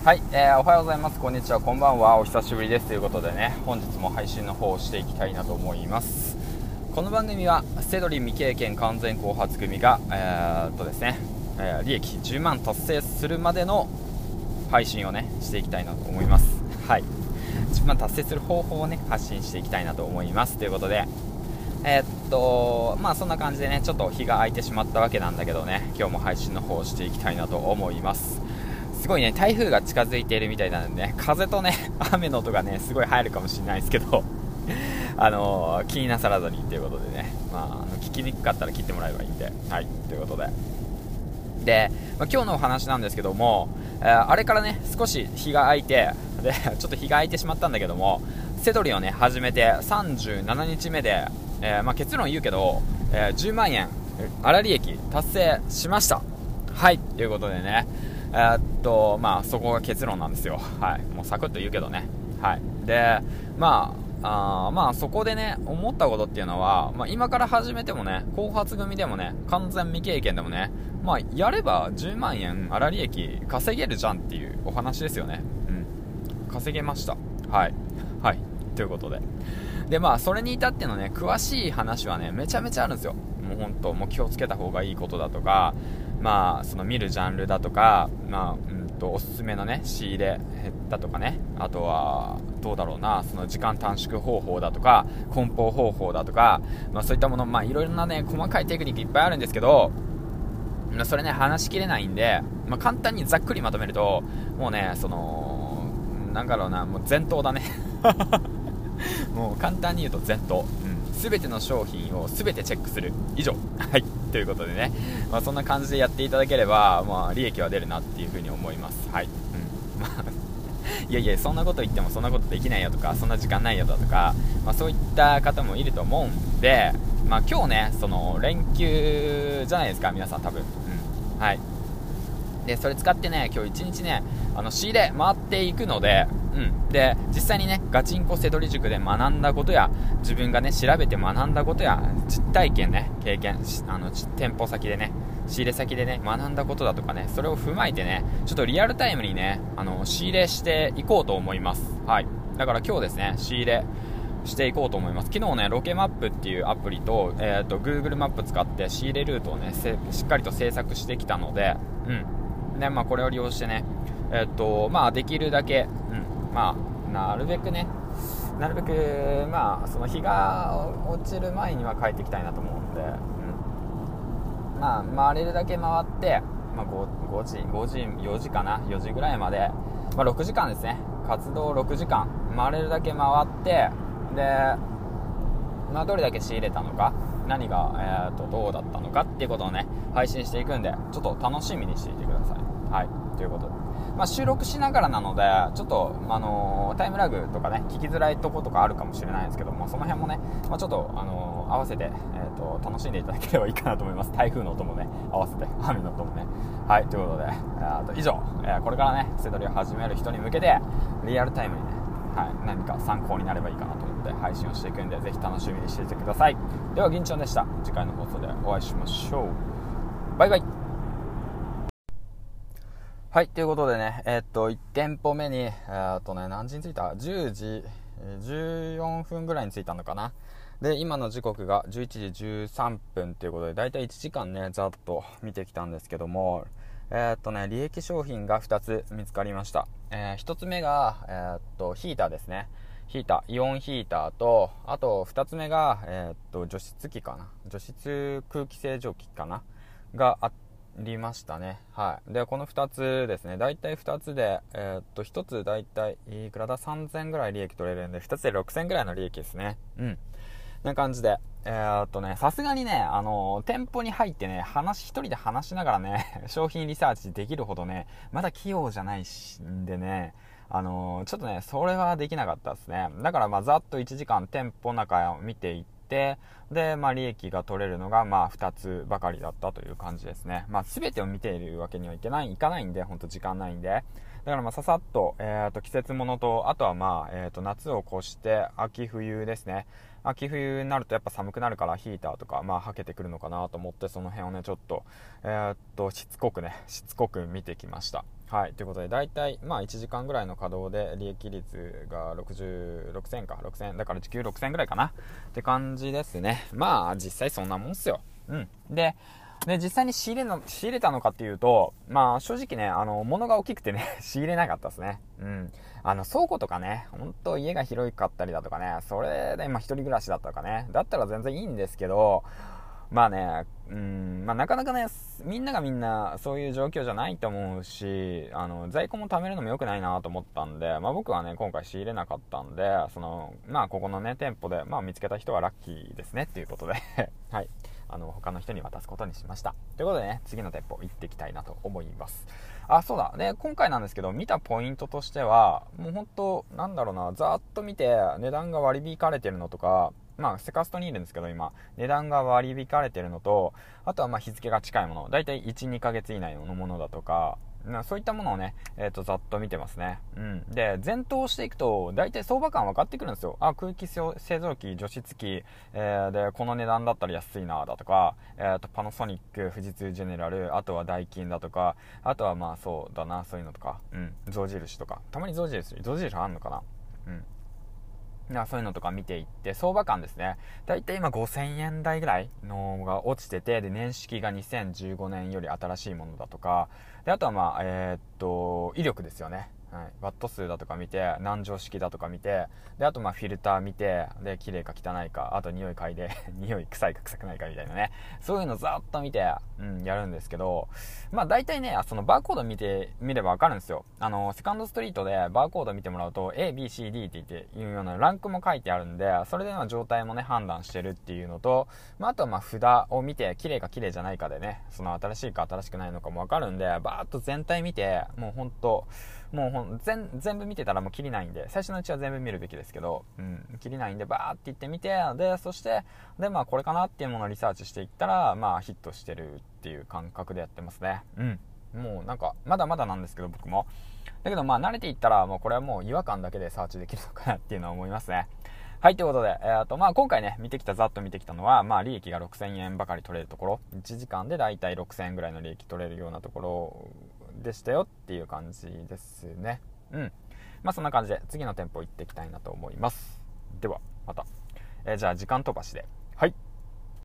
はい、おはようございます。こんにちは、こんばんは。お久しぶりですということでね、本日も配信の方をしていきたいなと思います。この番組はセドリ未経験完全後発組がですね、利益10万達成するまでの配信をねしていきたいなと思います。はい、10万達成する方法をね発信していきたいなと思いますということで、そんな感じでね、ちょっと日が空いてしまったわけなんだけどね、今日も配信の方をしていきたいなと思います。すごいね、台風が近づいているみたいなのでね、風とね雨の音がねすごい入るかもしれないですけど気になさらずにということでね、聞きにくかったら切ってもらえばいいんで、はい、ということで、今日のお話なんですけども、あれからね少し日が空いて、でちょっと日が空いてしまったんだけども、セドリをね始めて37日目で、結論言うけど、10万円粗利益達成しました。はい、ということでね、そこが結論なんですよ。はい、もうサクッと言うけどね。はい、でそこでね思ったことっていうのは、今から始めてもね、後発組でもね、完全未経験でもね、やれば10万円粗利益稼げるじゃんっていうお話ですよね。稼げました。はいはい、ということでそれに至ってのね詳しい話はねめちゃめちゃあるんですよ。もう本当、もう気をつけた方がいいことだとか、その見るジャンルだとか、おすすめのね仕入れだとかね、あとはどうだろうな、その時間短縮方法だとか梱包方法だとか、そういったもの、いろいろなね細かいテクニックいっぱいあるんですけど、それね話しきれないんで、簡単にざっくりまとめると、もうねなんだろうな、もう前頭だねもう簡単に言うと前頭、全ての商品を全てチェックする以上はいということでね、そんな感じでやっていただければ、利益は出るなっていうふうに思います。はい、いやいや、そんなこと言ってもそんなことできないよとか、そんな時間ないよだとか、そういった方もいると思うんで、今日ねその連休じゃないですか皆さん多分、はい、でそれ使ってね今日一日ね仕入れ回っていくので、で実際にねガチンコセドリ塾で学んだことや、自分がね調べて学んだことや、実体験ね経験店舗先でね仕入れ先でね学んだことだとかね、それを踏まえてねちょっとリアルタイムにね仕入れしていこうと思います。はい、だから今日ですね仕入れしていこうと思います。昨日ねロケマップっていうアプリと、Google マップ使って仕入れルートをねしっかりと制作してきたので、でこれを利用してねできるだけ、なるべくその日が落ちる前には帰ってきたいなと思うんで、回れるだけ回って、4時かな、4時ぐらいまで、6時間ですね、活動6時間回れるだけ回って、でどれだけ仕入れたのか、何が、どうだったのかっていうことをね配信していくんで、ちょっと楽しみにしていてください。はい、ということで、収録しながらなのでちょっと、タイムラグとかね聞きづらいとことかあるかもしれないんですけども、その辺もね、ちょっと、合わせて、楽しんでいただければいいかなと思います。台風の音もね合わせて、雨の音もね。はい、ということで、以上、これからねセドリを始める人に向けてリアルタイムにね、何か参考になればいいかなと思って配信をしていくんで、ぜひ楽しみにしていてください。では銀ちゃんでした。次回の放送でお会いしましょう。バイバイ。はい、ということでね、1店舗目に、何時に着いた ?10 時14分ぐらいに着いたのかな。で、今の時刻が11時13分ということで、だいたい1時間ね、ざっと見てきたんですけども、利益商品が2つ見つかりました。1つ目が、ヒーターですね。ヒーター、イオンヒーターと、あと2つ目が、除湿機かな。除湿空気清浄機かながありましたね。はい。で、この2つですね、だいたい2つで、1つだいたいいくらだ、3000ぐらい利益取れるんで、2つで6000ぐらいの利益ですね。な感じで、さすがにね、店舗に入ってね、一人で話しながらね、商品リサーチできるほどね、まだ器用じゃないしんでね、ちょっとね、それはできなかったですね。だからざっと1時間店舗の中を見ていって、で、利益が取れるのが、2つばかりだったという感じですね。全てを見ているわけにはいかないんで、ほんと時間ないんで。だからささっと、季節物と、あとは夏を越して秋冬ですね。秋冬になるとやっぱ寒くなるからヒーターとかはけてくるのかなと思って、その辺をねちょっとしつこく見てきました。 はい、ということで大体1時間ぐらいの稼働で利益率が66,000か6000だから時給6000ぐらいかなって感じですね。実際そんなもんっすよ。で実際に仕入れたのかっていうと、正直ね、物が大きくてね仕入れなかったですね。倉庫とかね、本当家が広かったりだとかね、それで一人暮らしだったとかね、だったら全然いいんですけど、なかなかね、みんなそういう状況じゃないと思うし、在庫も貯めるのも良くないなと思ったんで、僕はね、今回仕入れなかったんで、ここのね、店舗で、見つけた人はラッキーですねっていうことで、はい。他の人に渡すことにしました。ということでね、次の店舗行ってきたいなと思います。そうだ。で、今回なんですけど、見たポイントとしては、もう本当ざーっと見て、値段が割り引かれてるのとか、セカストにいるんですけど今値段が割り引かれてるのと、あとは日付が近いもの、だいたい 1,2 ヶ月以内のものだとか、そういったものをね、ざっと見てますね。で、前頭していくとだいたい相場感分かってくるんですよ。空気清浄機、除湿機、でこの値段だったら安いなだとか、パナソニック、富士通ジェネラル、あとはダイキンだとか、あとはそうだな、そういうのとか、象印とか、たまに象印あんのかな。そういうのとか見ていって、相場感ですね。だいたい今5000円台ぐらいのが落ちてて、で、年式が2015年より新しいものだとか、で、あとは威力ですよね。ワット数だとか見て、何錠式だとか見て、で、あとフィルター見て、で、綺麗か汚いか、あと匂い嗅いで匂い臭いか臭くないかみたいなね、そういうのざっと見て、やるんですけど、大体ね、そのバーコード見ればわかるんですよ。セカンドストリートでバーコード見てもらうと A、B、C、D って言っていうようなランクも書いてあるんで、それでの状態もね、判断してるっていうのと、あとは札を見て、綺麗か綺麗じゃないかでね、その新しいか新しくないのかもわかるんで、バーっと全体見て、全部見てたらもう切りないんで、最初のうちは全部見るべきですけど、切りないんでバーって言ってみて、で、そして、で、これかなっていうものをリサーチしていったら、ヒットしてるっていう感覚でやってますね。もうまだまだなんですけど、僕も。だけど慣れていったら、もうこれはもう違和感だけでサーチできるのかなっていうのは思いますね。はい、ということで、今回ね、ざっと見てきたのは、利益が6000円ばかり取れるところ、1時間でだいたい6000円ぐらいの利益取れるようなところでしたよっていう感じですね。そんな感じで次の店舗行っていきたいなと思います。ではまた、じゃあ時間飛ばしで